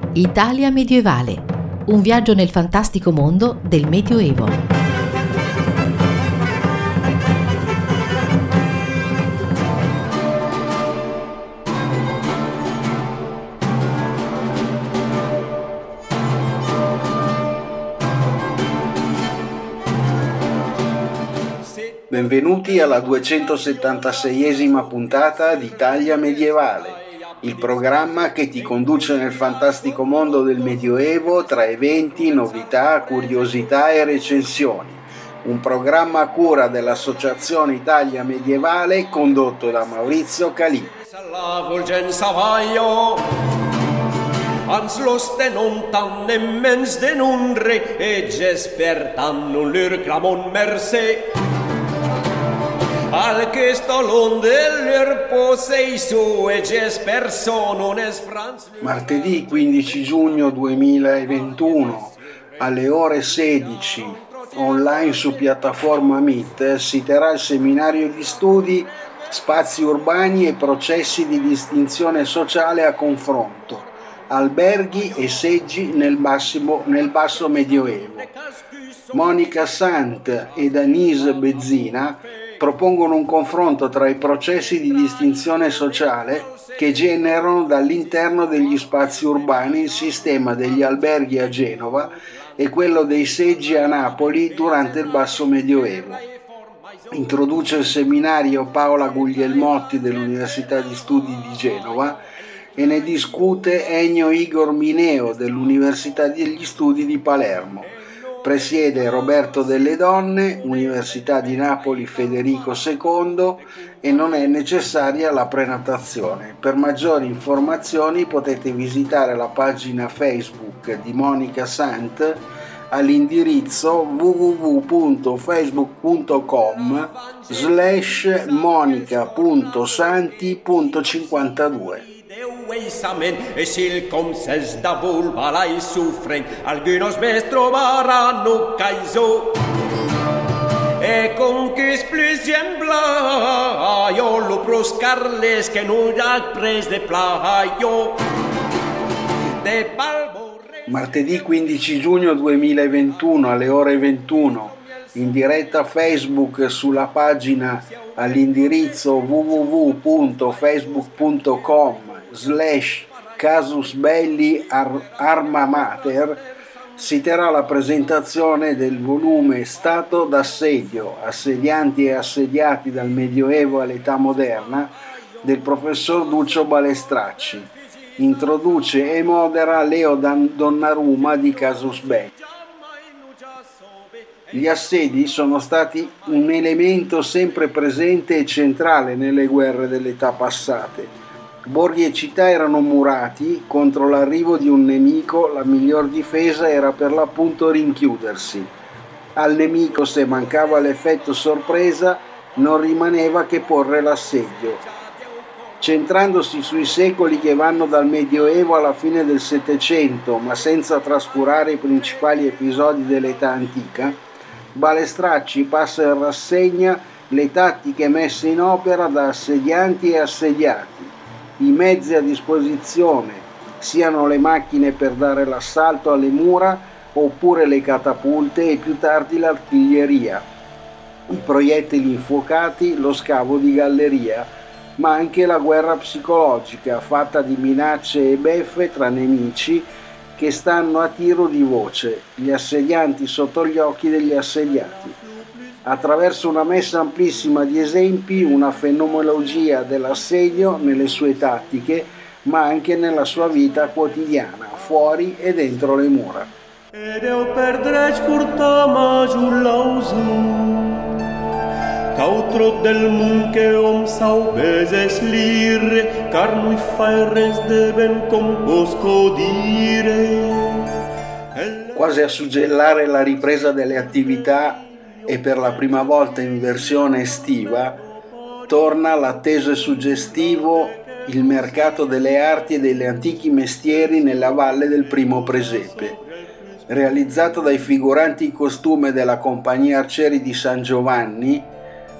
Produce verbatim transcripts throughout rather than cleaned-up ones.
Italia medievale. Un viaggio nel fantastico mondo del Medioevo. Benvenuti alla duecentosettantaseiesima puntata di Italia medievale, il programma che ti conduce nel fantastico mondo del Medioevo tra eventi, novità, curiosità e recensioni. Un programma a cura dell'Associazione Italia Medievale condotto da Maurizio Calì. Ans loste non tan nemmens den unre e gespertan un lur clamon merce al che stolon del posei su e gespersono es franz. Martedì quindici giugno duemilaventuno alle ore sedici online su piattaforma Meet si terrà il seminario di studi Spazi urbani e processi di distinzione sociale a confronto, alberghi e seggi nel, massimo, nel basso medioevo. Monica Sant ed Anise Bezzina propongono un confronto tra i processi di distinzione sociale che generano dall'interno degli spazi urbani il sistema degli alberghi a Genova e quello dei seggi a Napoli durante il basso medioevo. Introduce il seminario Paola Guglielmotti dell'Università di Studi di Genova e ne discute Ennio Igor Mineo dell'Università degli Studi di Palermo. Presiede Roberto Delle Donne, Università di Napoli Federico secondo, e non è necessaria la prenotazione. Per maggiori informazioni potete visitare la pagina Facebook di Monica Sant all'indirizzo w w w punto facebook punto com slash monica punto santi punto cinquantadue. E sil com ses da vulva lai suffren algunos mestro varano caiso e con quis plusien blaio lo proscarles che non al pres de plaio de balbo. Martedì quindici giugno duemilaventuno alle ore ventuno in diretta Facebook sulla pagina all'indirizzo w w w punto facebook punto com slash casus belli ar- arma mater si terrà la presentazione del volume Stato d'assedio, assedianti e assediati dal Medioevo all'età moderna del professor Duccio Balestracci. Introduce e modera Leo Donnarumma di Casus Belli. Gli assedi sono stati un elemento sempre presente e centrale nelle guerre dell'età passate. Borghi e città erano murati, contro l'arrivo di un nemico la miglior difesa era per l'appunto rinchiudersi. Al nemico, se mancava l'effetto sorpresa, non rimaneva che porre l'assedio. Centrandosi sui secoli che vanno dal Medioevo alla fine del Settecento, ma senza trascurare i principali episodi dell'età antica, Balestracci passa in rassegna le tattiche messe in opera da assedianti e assediati, i mezzi a disposizione, siano le macchine per dare l'assalto alle mura oppure le catapulte e più tardi l'artiglieria, i proiettili infuocati, lo scavo di galleria, ma anche la guerra psicologica fatta di minacce e beffe tra nemici che stanno a tiro di voce, gli assedianti sotto gli occhi degli assediati. Attraverso una messa amplissima di esempi, una fenomenologia dell'assedio nelle sue tattiche, ma anche nella sua vita quotidiana, fuori e dentro le mura. Ed eu perdreci purtama giullausu Cautro del munche om sau bezes lire car nui fai res de ben composco dire. Quasi a suggellare la ripresa delle attività e per la prima volta in versione estiva torna l'atteso e suggestivo il mercato delle arti e degli antichi mestieri nella valle del Primo Presepe. Realizzato dai figuranti in costume della Compagnia Arcieri di San Giovanni,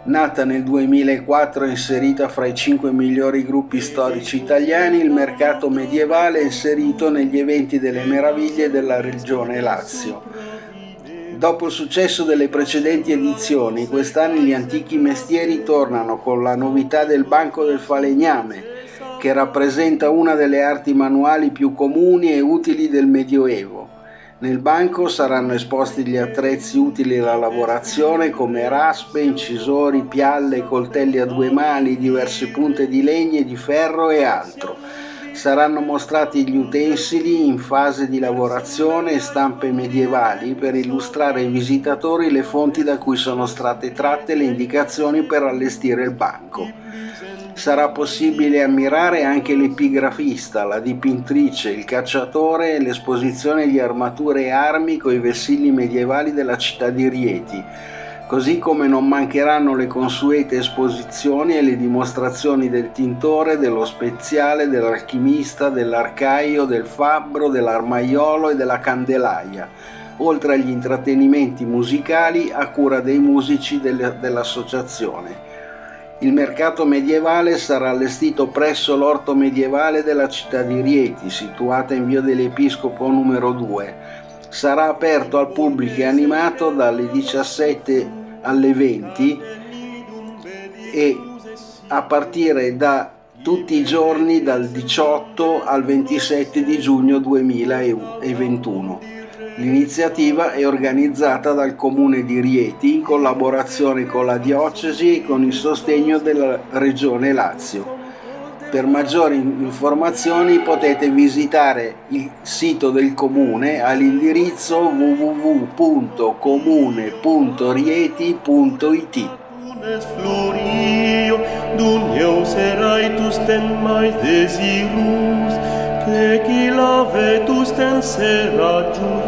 Nata nel duemilaquattro e inserita fra i cinque migliori gruppi storici italiani, il Mercato Medievale è inserito negli eventi delle meraviglie della regione Lazio. Dopo il successo delle precedenti edizioni, quest'anno gli antichi mestieri tornano con la novità del Banco del Falegname, che rappresenta una delle arti manuali più comuni e utili del Medioevo. Nel banco saranno esposti gli attrezzi utili alla lavorazione come raspe, incisori, pialle, coltelli a due mani, diverse punte di legno e di ferro e altro. Saranno mostrati gli utensili in fase di lavorazione e stampe medievali per illustrare ai visitatori le fonti da cui sono state tratte le indicazioni per allestire il banco. Sarà possibile ammirare anche l'epigrafista, la dipintrice, il cacciatore e l'esposizione di armature e armi coi vessilli medievali della città di Rieti, così come non mancheranno le consuete esposizioni e le dimostrazioni del tintore, dello speziale, dell'alchimista, dell'arcaio, del fabbro, dell'armaiolo e della candelaia, oltre agli intrattenimenti musicali a cura dei musici dell'associazione. Il mercato medievale sarà allestito presso l'orto medievale della città di Rieti, situata in via dell'Episcopo numero due. Sarà aperto al pubblico e animato dalle diciassette alle venti e a partire da tutti i giorni dal diciotto al ventisette di giugno duemilaventuno. L'iniziativa è organizzata dal Comune di Rieti in collaborazione con la Diocesi e con il sostegno della Regione Lazio. Per maggiori informazioni potete visitare il sito del Comune all'indirizzo w w w punto comune punto rieti punto i t. che chi la vetus ten sera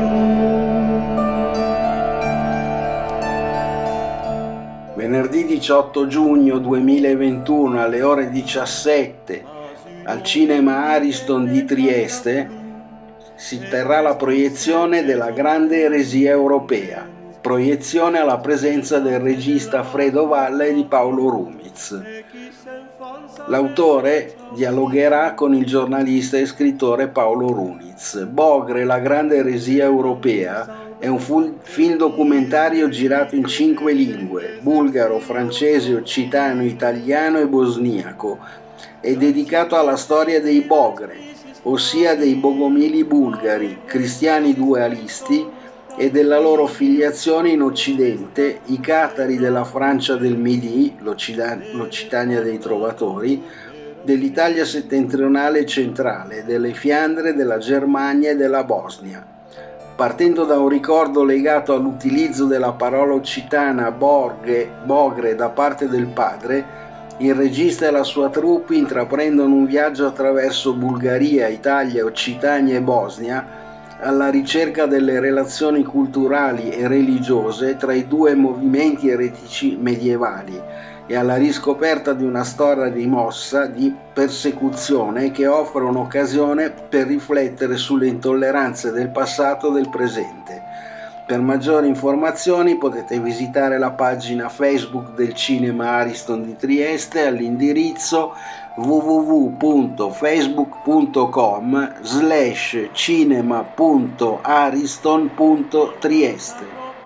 Venerdì diciotto giugno duemilaventuno alle ore diciassette al Cinema Ariston di Trieste si terrà la proiezione della Grande Eresia Europea, proiezione alla presenza del regista Fredo Valla e di Paolo Rumiz. L'autore dialogherà con il giornalista e scrittore Paolo Rumiz. Bogre, la Grande Eresia Europea è un film documentario girato in cinque lingue: bulgaro, francese, occitano, italiano e bosniaco. È dedicato alla storia dei Bogre, ossia dei bogomili bulgari, cristiani dualisti, e della loro filiazione in Occidente, i catari della Francia del Midi, l'Occitania dei Trovatori, dell'Italia settentrionale e centrale, delle Fiandre, della Germania e della Bosnia. Partendo da un ricordo legato all'utilizzo della parola occitana borghe, bogre da parte del padre, il regista e la sua troupe intraprendono un viaggio attraverso Bulgaria, Italia, Occitania e Bosnia alla ricerca delle relazioni culturali e religiose tra i due movimenti eretici medievali e alla riscoperta di una storia rimossa di persecuzione che offre un'occasione per riflettere sulle intolleranze del passato e del presente. Per maggiori informazioni potete visitare la pagina Facebook del Cinema Ariston di Trieste all'indirizzo w w w punto facebook punto com slash cinema punto ariston punto trieste.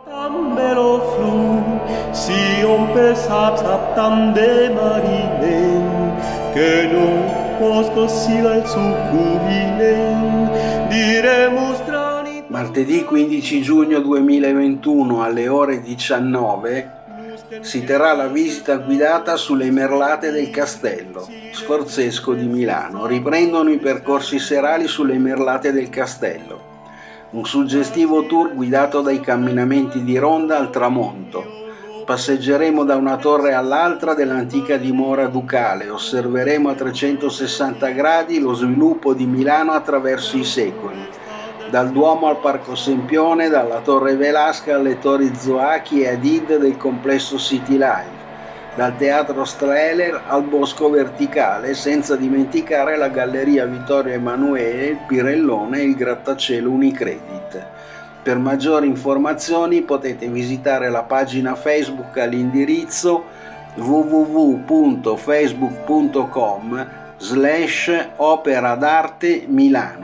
Martedì quindici giugno duemilaventuno alle ore diciannove si terrà la visita guidata sulle merlate del Castello Sforzesco di Milano. Riprendono i percorsi serali sulle merlate del Castello, un suggestivo tour guidato dai camminamenti di ronda al tramonto. Passeggeremo da una torre all'altra dell'antica dimora ducale, osserveremo a trecentosessanta gradi lo sviluppo di Milano attraverso i secoli, dal Duomo al Parco Sempione, dalla Torre Velasca alle Torri Zoachi e Hadid del complesso City Life, dal Teatro Strehler al Bosco Verticale, senza dimenticare la Galleria Vittorio Emanuele, il Pirellone e il grattacielo Unicredit. Per maggiori informazioni potete visitare la pagina Facebook all'indirizzo w w w punto facebook punto com slash Opera d'Arte Milano.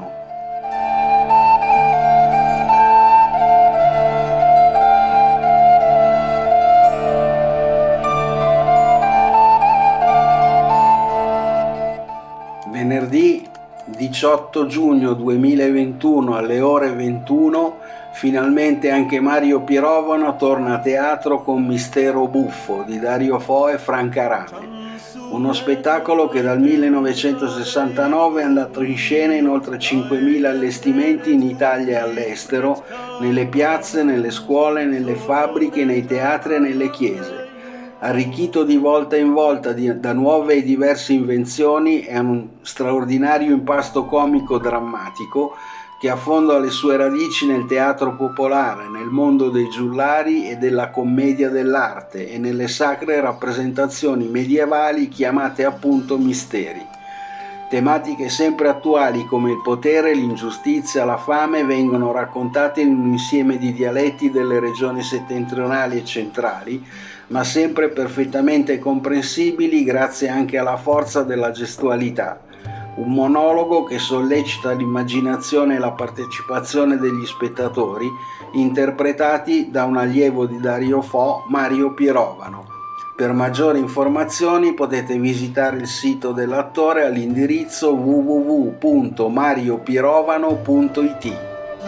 Venerdì diciotto giugno duemilaventuno alle ore ventuno, finalmente anche Mario Pirovano torna a teatro con Mistero buffo di Dario Fo e Franca Rame. Uno spettacolo che dal millenovecentosessantanove è andato in scena in oltre cinquemila allestimenti in Italia e all'estero, nelle piazze, nelle scuole, nelle fabbriche, nei teatri e nelle chiese. Arricchito di volta in volta di, da nuove e diverse invenzioni, è un straordinario impasto comico drammatico che affonda le sue radici nel teatro popolare, nel mondo dei giullari e della commedia dell'arte e nelle sacre rappresentazioni medievali chiamate appunto misteri. Tematiche sempre attuali come il potere, l'ingiustizia, la fame vengono raccontate in un insieme di dialetti delle regioni settentrionali e centrali, ma sempre perfettamente comprensibili grazie anche alla forza della gestualità. Un monologo che sollecita l'immaginazione e la partecipazione degli spettatori, interpretati da un allievo di Dario Fo, Mario Pirovano. Per maggiori informazioni potete visitare il sito dell'attore all'indirizzo w w w punto mario pirovano punto i t.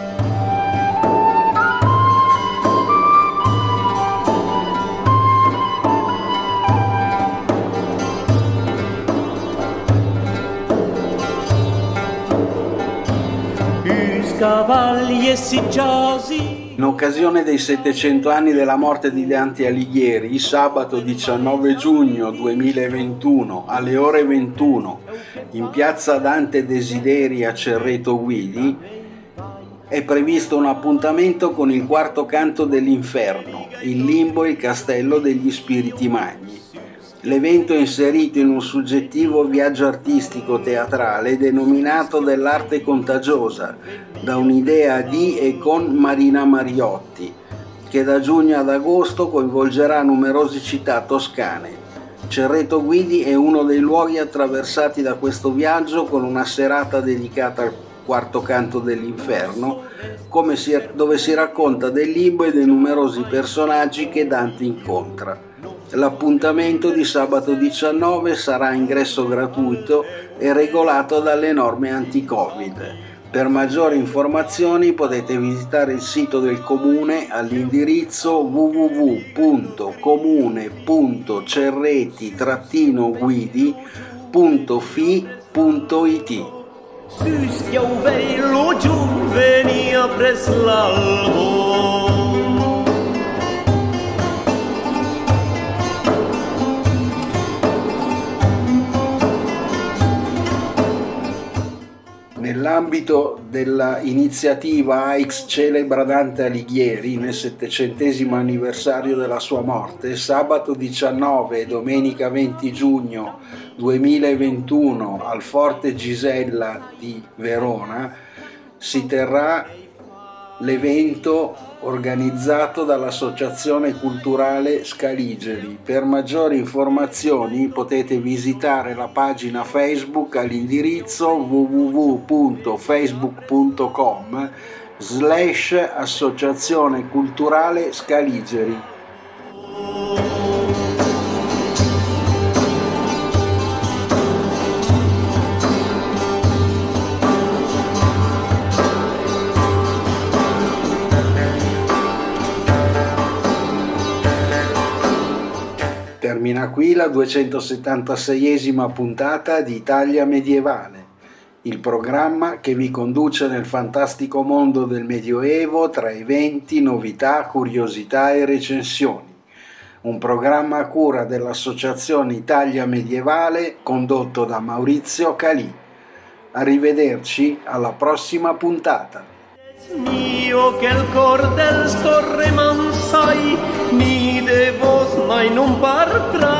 In occasione dei settecento anni della morte di Dante Alighieri, sabato diciannove giugno duemilaventuno alle ore ventuno in piazza Dante Desideri a Cerreto Guidi è previsto un appuntamento con il quarto canto dell'Inferno, il limbo e il castello degli spiriti magni. L'evento è inserito in un suggettivo viaggio artistico teatrale denominato dell'arte contagiosa, da un'idea di e con Marina Mariotti, che da giugno ad agosto coinvolgerà numerose città toscane. Cerreto Guidi è uno dei luoghi attraversati da questo viaggio, con una serata dedicata al quarto canto dell'Inferno, come si, dove si racconta del limbo e dei numerosi personaggi che Dante incontra. L'appuntamento di sabato diciannove sarà a ingresso gratuito e regolato dalle norme anti-Covid. Per maggiori informazioni potete visitare il sito del comune all'indirizzo w w w punto comune punto cerreti guidi punto f i punto i t. Nell'ambito dell'iniziativa A X Celebra Dante Alighieri, nel settecentesimo anniversario della sua morte, sabato diciannove e domenica venti giugno duemilaventuno al Forte Gisella di Verona si terrà l'evento organizzato dall'Associazione Culturale Scaligeri. Per maggiori informazioni potete visitare la pagina Facebook all'indirizzo w w w punto facebook punto com slash Associazione Culturale Scaligeri. Termina qui la duecentosettantaseiesima puntata di Italia Medievale, il programma che vi conduce nel fantastico mondo del Medioevo tra eventi, novità, curiosità e recensioni. Un programma a cura dell'Associazione Italia Medievale condotto da Maurizio Calì. Arrivederci alla prossima puntata. Mio che il cor del scorre mansai mi devos mai non partra